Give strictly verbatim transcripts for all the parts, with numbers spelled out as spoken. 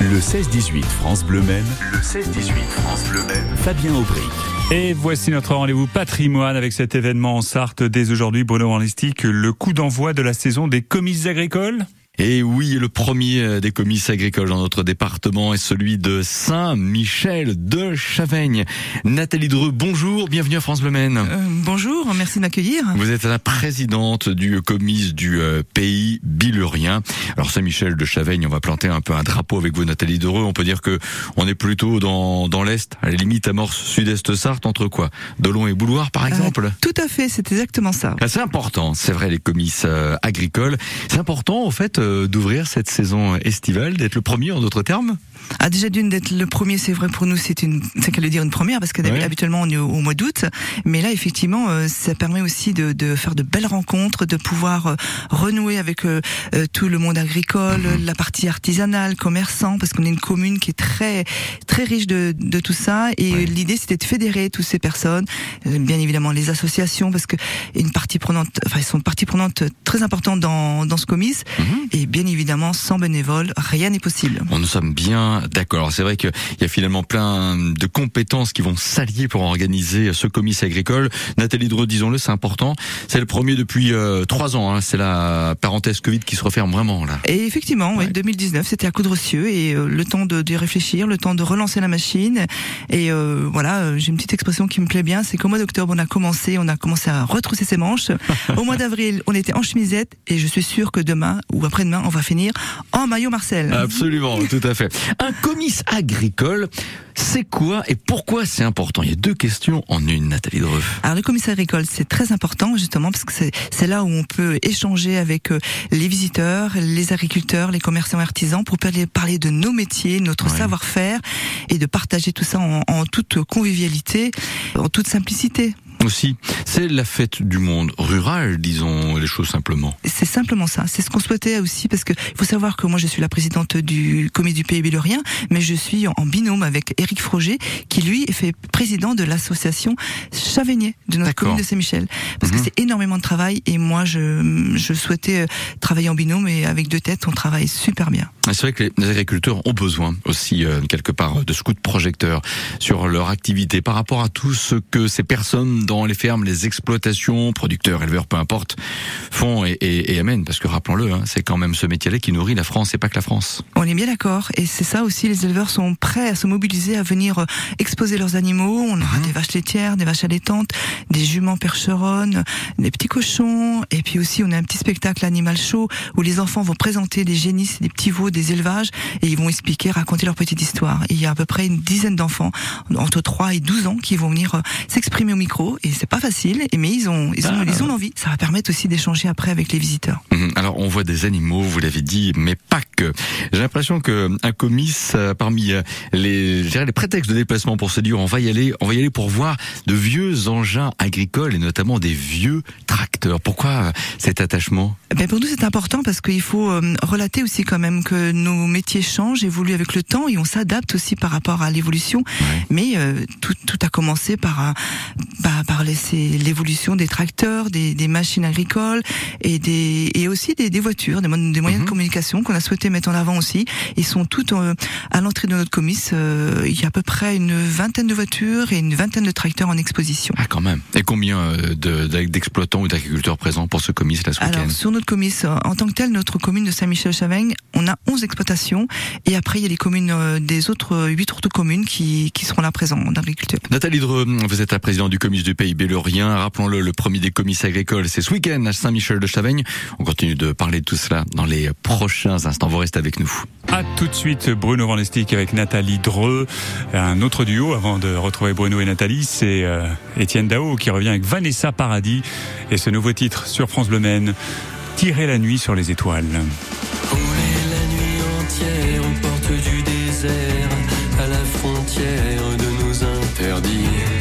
Le seize dix-huit France Bleu Maine. Le seize dix-huit France Bleu Maine. Fabien Aubric. Et voici notre rendez-vous patrimoine avec cet événement en Sarthe dès aujourd'hui. Bruno Ranlistic, le coup d'envoi de la saison des comices agricoles. Et oui, le premier des comices agricoles dans notre département est celui de Saint-Michel de Chaveigne. Nathalie Dreux, bonjour, bienvenue à France Bleu Maine. Euh, bonjour, merci de m'accueillir. Vous êtes la présidente du comice du euh, pays bilurien. Alors Saint-Michel de Chaveigne, on va planter un peu un drapeau avec vous, Nathalie Dreux. On peut dire que on est plutôt dans dans l'est, à la limite amorce sud-est Sarthe, entre quoi, Dolon et Bouloir par exemple. Euh, tout à fait, c'est exactement ça. Ah, c'est important, c'est vrai, les comices euh, agricoles. C'est important au fait euh, d'ouvrir cette saison estivale, d'être le premier en d'autres termes. Ah, déjà d'une d'être le premier, c'est vrai pour nous, c'est une, c'est qu'à le dire une première parce que ouais. habituellement on est au, au mois d'août, mais là effectivement euh, ça permet aussi de, de faire de belles rencontres, de pouvoir euh, renouer avec euh, euh, tout le monde agricole, mmh. la partie artisanale, commerçant, parce qu'on est une commune qui est très très riche de, de tout ça, et ouais. l'idée c'était de fédérer toutes ces personnes, euh, bien évidemment les associations, parce que une partie prenante, enfin ils sont une partie prenante très importante dans dans ce comice, mmh. et bien évidemment sans bénévoles rien n'est possible. Bon, nous sommes bien d'accord. Alors, c'est vrai qu'il y a finalement plein de compétences qui vont s'allier pour organiser ce comice agricole. Nathalie Dreux, disons-le, c'est important. C'est le premier depuis euh, trois ans. Hein. C'est la parenthèse Covid qui se referme vraiment là. Et effectivement, ouais. Ouais, deux mille dix-neuf, c'était à Coudrecieux et euh, le temps de, de réfléchir, le temps de relancer la machine. Et euh, voilà, j'ai une petite expression qui me plaît bien, c'est qu'au mois d'octobre, on a commencé, on a commencé à retrousser ses manches. Au mois d'avril, on était en chemisette et je suis sûr que demain ou après-demain, on va finir en maillot Marcel. Absolument, tout à fait. Un comice agricole, c'est quoi et pourquoi c'est important? Il y a deux questions en une, Nathalie Dreux. Alors le comice agricole, c'est très important justement parce que c'est, c'est là où on peut échanger avec euh, les visiteurs, les agriculteurs, les commerçants et artisans pour parler, parler de nos métiers, notre ouais. savoir-faire et de partager tout ça en, en toute convivialité, en toute simplicité. Aussi, c'est la fête du monde rural, disons les choses simplement. C'est simplement ça, c'est ce qu'on souhaitait aussi, parce que il faut savoir que moi je suis la présidente du comité du pays bilurien, mais je suis en binôme avec Éric Froger, qui lui fait président de l'association Chaveigne de notre D'accord. commune de Saint-Michel, parce mmh. que c'est énormément de travail, et moi je, je souhaitais travailler en binôme, et avec deux têtes on travaille super bien. C'est vrai que les agriculteurs ont besoin aussi euh, quelque part de ce coup de projecteur sur leur activité par rapport à tout ce que ces personnes dans les fermes, les exploitations, producteurs, éleveurs, peu importe, font et, et, et amènent. Parce que rappelons-le, hein, c'est quand même ce métier-là qui nourrit la France et pas que la France. On est bien d'accord. Et c'est ça aussi, les éleveurs sont prêts à se mobiliser, à venir euh, exposer leurs animaux. On aura mmh. des vaches laitières, des vaches allaitantes, des juments percheronnes, des petits cochons. Et puis aussi, on a un petit spectacle Animal Show où les enfants vont présenter des génisses, des petits veaux, des élevages, et ils vont expliquer, raconter leur petite histoire. Et il y a à peu près une dizaine d'enfants, entre trois et douze ans, qui vont venir euh, s'exprimer au micro. Et c'est pas facile, mais ils ont, ils ont, ah, ils ont l'envie. Ça va permettre aussi d'échanger après avec les visiteurs. Alors, on voit des animaux, vous l'avez dit, mais pas que. J'ai l'impression que un comice, euh, parmi les, je dirais, les prétextes de déplacement pour se dire, on va y aller, on va y aller pour voir de vieux engins agricoles et notamment des vieux tracteurs. Pourquoi euh, cet attachement? Ben pour nous, c'est important parce qu'il faut euh, relater aussi quand même que nos métiers changent, évoluent avec le temps et on s'adapte aussi par rapport à l'évolution. Ouais. Mais euh, tout, tout a commencé par, un, bah, par laisser l'évolution des tracteurs, des, des machines agricoles et des et aussi des, des voitures, des, des moyens mmh. de communication qu'on a souhaité mettre en avant aussi. Ils sont tous euh, à l'entrée de notre comice. Euh, il y a à peu près une vingtaine de voitures et une vingtaine de tracteurs en exposition. Ah, quand même. Et combien de, d'exploitants ou d'agriculteurs présents pour ce comice là ce week-end? Alors sur notre comice, en tant que tel, notre commune de Saint-Michel-Chaveigne, on a onze exploitations et après il y a les communes euh, des autres huit autres communes qui qui seront là présents d'agriculteurs. Nathalie Dreux, vous êtes la présidente du comice du pays bilurien. Rappelons-le, le premier des comices agricoles, c'est ce week-end à Saint-Michel-de-Chaveigne. On continue de parler de tout cela dans les prochains instants. Vous restez avec nous. À tout de suite, Bruno Ranlistic avec Nathalie Dreux. Un autre duo avant de retrouver Bruno et Nathalie, c'est euh, Étienne Dao qui revient avec Vanessa Paradis et ce nouveau titre sur France Bleu Maine, Tirer la nuit sur les étoiles. Rouler la nuit entière aux portes du désert, à la frontière de nos interdits.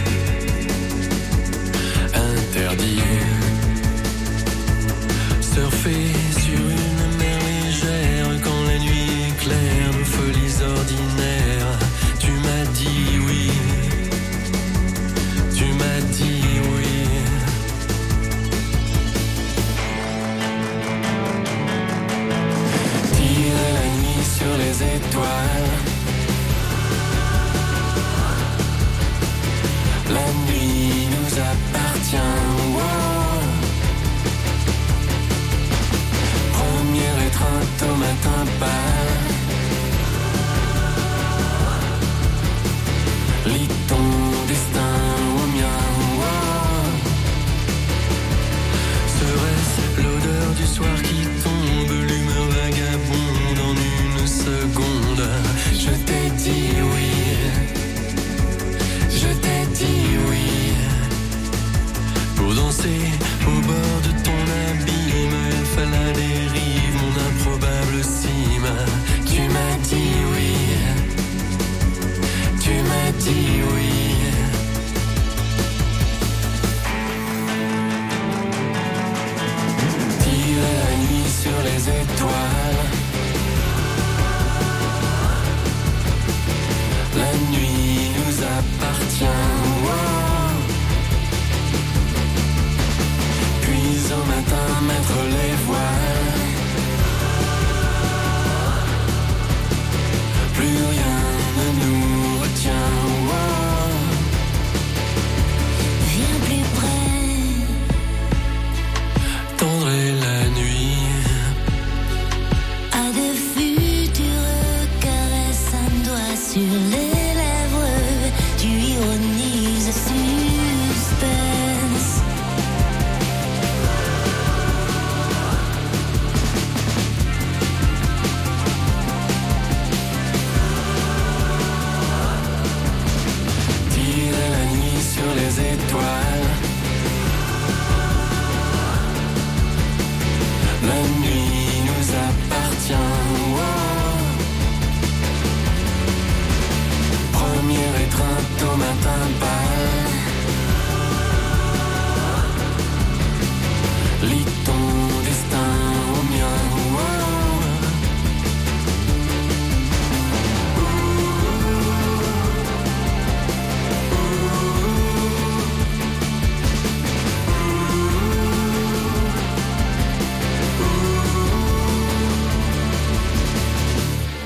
Interdits. Surfer sur une mer légère quand la nuit est claire, nos folies ordinaires. Tu m'as dit oui. Tu m'as dit oui. Tirer la nuit sur les étoiles.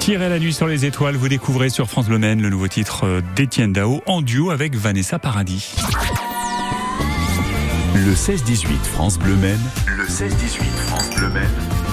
Tirer la nuit sur les étoiles, vous découvrez sur France Bleu Maine le nouveau titre d'Étienne Dao en duo avec Vanessa Paradis. Le seize dix-huit France Bleu Maine. Le seize dix-huit France Bleu Maine.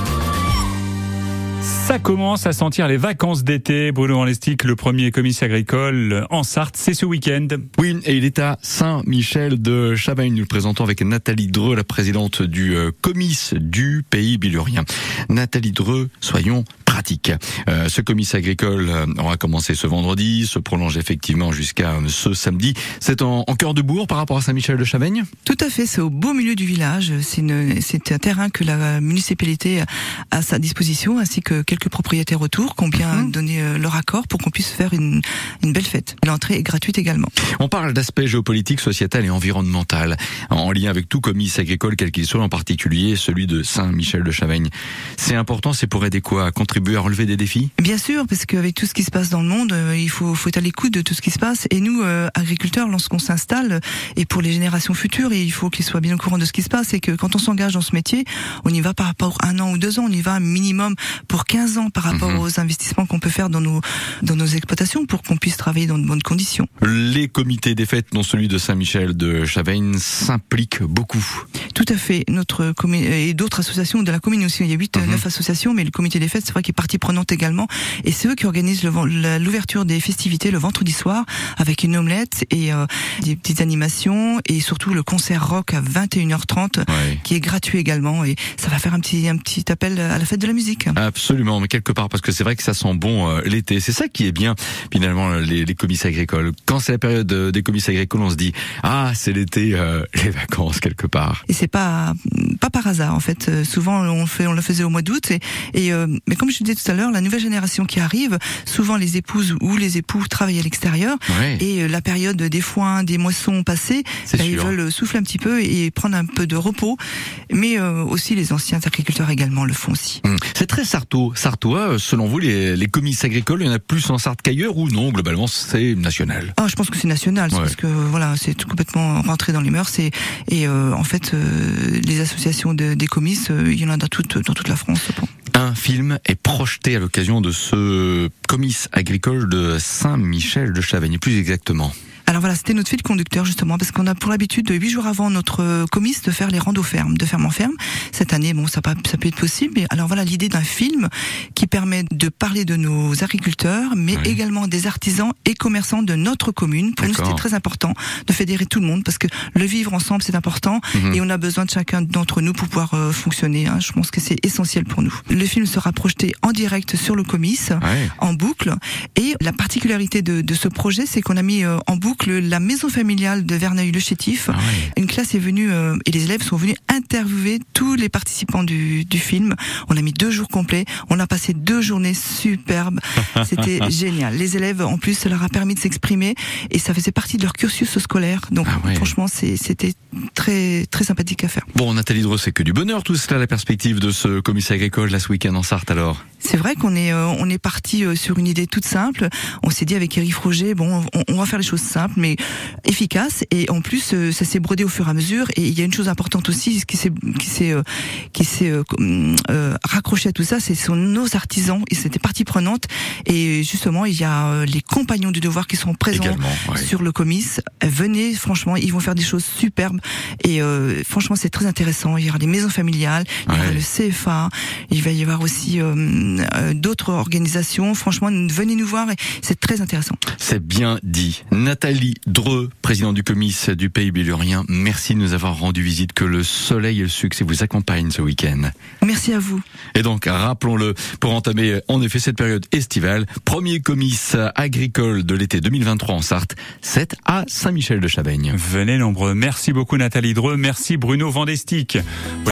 Ça commence à sentir les vacances d'été. Bruno Vanlestic, le premier comice agricole en Sarthe, c'est ce week-end. Oui, et il est à Saint-Michel de Chavaigne. Nous le présentons avec Nathalie Dreux, la présidente du euh, comice du Pays Bilurien. Nathalie Dreux, soyons pratiques. Euh, ce comice agricole euh, aura commencé ce vendredi, se prolonge effectivement jusqu'à euh, ce samedi. C'est en, en cœur de bourg par rapport à Saint-Michel de Chavaigne ? Tout à fait, c'est au beau milieu du village. C'est, une, c'est un terrain que la municipalité a à sa disposition, ainsi que quelques propriétaires autour qui ont bien mmh. donné euh, leur accord pour qu'on puisse faire une, une belle fête. L'entrée est gratuite également. On parle d'aspect géopolitique, sociétal et environnemental, en lien avec tout comice agricole, quel qu'il soit, en particulier celui de Saint-Michel de Chavaigne. C'est important, c'est pour aider quoi ? À contribuer à relever des défis ? Bien sûr, parce qu'avec tout ce qui se passe dans le monde, euh, il faut, faut être à l'écoute de tout ce qui se passe. Et nous, euh, agriculteurs, lorsqu'on s'installe, et pour les générations futures, il faut qu'ils soient bien au courant de ce qui se passe. Et que quand on s'engage dans ce métier, on y va par rapport à un an ou deux ans, on y va un minimum pour quinze ans par rapport mmh. aux investissements qu'on peut faire dans nos, dans nos exploitations pour qu'on puisse travailler dans de bonnes conditions. Les comités des fêtes, dont celui de Saint-Michel de Chavaigne, s'impliquent beaucoup. Tout à fait. Notre commune et d'autres associations de la commune aussi. Il y a huit, mmh. neuf associations, mais le comité des fêtes, c'est vrai qu'il est partie prenante également. Et c'est eux qui organisent le, l'ouverture des festivités le vendredi soir avec une omelette et euh, des petites animations et surtout le concert rock à vingt et une heures trente ouais. qui est gratuit également. Et ça va faire un petit, un petit appel à la fête de la musique. Absolument, mais quelque part, parce que c'est vrai que ça sent bon euh, l'été. C'est ça qui est bien, finalement, les, les comices agricoles. Quand c'est la période des comices agricoles, on se dit « Ah, c'est l'été, euh, les vacances, quelque part ». Et c'est pas pas par hasard, en fait. Euh, souvent, on fait, on le faisait au mois d'août. Et, et euh, mais comme je disais tout à l'heure, la nouvelle génération qui arrive, souvent les épouses ou les époux travaillent à l'extérieur. Ouais. Et euh, la période des foins, des moissons passées, bah, ils veulent souffler un petit peu et prendre un peu de repos. Mais euh, aussi, les anciens agriculteurs également le font aussi. Mmh. C'est très sartois. Sartois, selon vous, les, les comices agricoles, il y en a plus en Sarthe qu'ailleurs ou non? Globalement, c'est national. Ah, je pense que c'est national, c'est ouais. parce que voilà, c'est complètement rentré dans les mœurs. Et, et euh, en fait, euh, les associations de, des comices, euh, il y en a dans toute, dans toute la France. Bon. Un film est projeté à l'occasion de ce comice agricole de Saint-Michel de Chavaigne, plus exactement. Alors voilà, c'était notre fil conducteur justement, parce qu'on a pour l'habitude de huit jours avant notre comice de faire les randos fermes, de ferme en ferme. Cette année, bon, ça, ça peut être possible. Mais alors voilà, l'idée d'un film qui permet de parler de nos agriculteurs, mais oui. également des artisans et commerçants de notre commune. Pour D'accord. nous, c'était très important de fédérer tout le monde, parce que le vivre ensemble, c'est important, mmh. et on a besoin de chacun d'entre nous pour pouvoir euh, fonctionner. Hein. Je pense que c'est essentiel pour nous. Le film sera projeté en direct sur le comice, ouais. en boucle. Et la particularité de, de ce projet, c'est qu'on a mis euh, en boucle la maison familiale de Verneuil-le-Chétif. Ah oui. Une classe est venue euh, et les élèves sont venus interviewer tous les participants du, du film. On a mis deux jours complets. On a passé deux journées superbes. C'était génial. Les élèves, en plus, ça leur a permis de s'exprimer et ça faisait partie de leur cursus scolaire. Donc, ah oui. franchement, c'est, c'était très, très sympathique à faire. Bon, Nathalie Dreux, c'est que du bonheur tout cela, la perspective de ce comice agricole là ce week-end en Sarthe alors. C'est vrai qu'on est, euh, on est parti euh, sur une idée toute simple. On s'est dit avec Eric Froger, bon, on, on va faire les choses simples, mais efficaces. Et en plus, euh, ça s'est brodé au fur et à mesure. Et il y a une chose importante aussi, qui s'est, qui s'est, euh, qui s'est euh, euh, raccroché à tout ça, c'est sont nos artisans. Et c'était partie prenante. Et justement, il y a euh, les compagnons du devoir qui seront présents Également, ouais. sur le comice. Venez, franchement, ils vont faire des choses superbes. Et euh, franchement, c'est très intéressant. Il y aura les maisons familiales, il y aura ouais. le C F A, il va y avoir aussi euh, Euh, d'autres organisations. Franchement, venez nous voir et c'est très intéressant. C'est bien dit. Nathalie Dreux, présidente du comice du Pays Bilurien, merci de nous avoir rendu visite. Que le soleil et le succès vous accompagnent ce week-end. Merci à vous. Et donc, rappelons-le, pour entamer en effet cette période estivale, premier comice agricole de l'été deux mille vingt-trois en Sarthe, c'est à Saint-Michel de Chavaigne. Venez nombreux. Merci beaucoup Nathalie Dreux. Merci Bruno Vanlestic.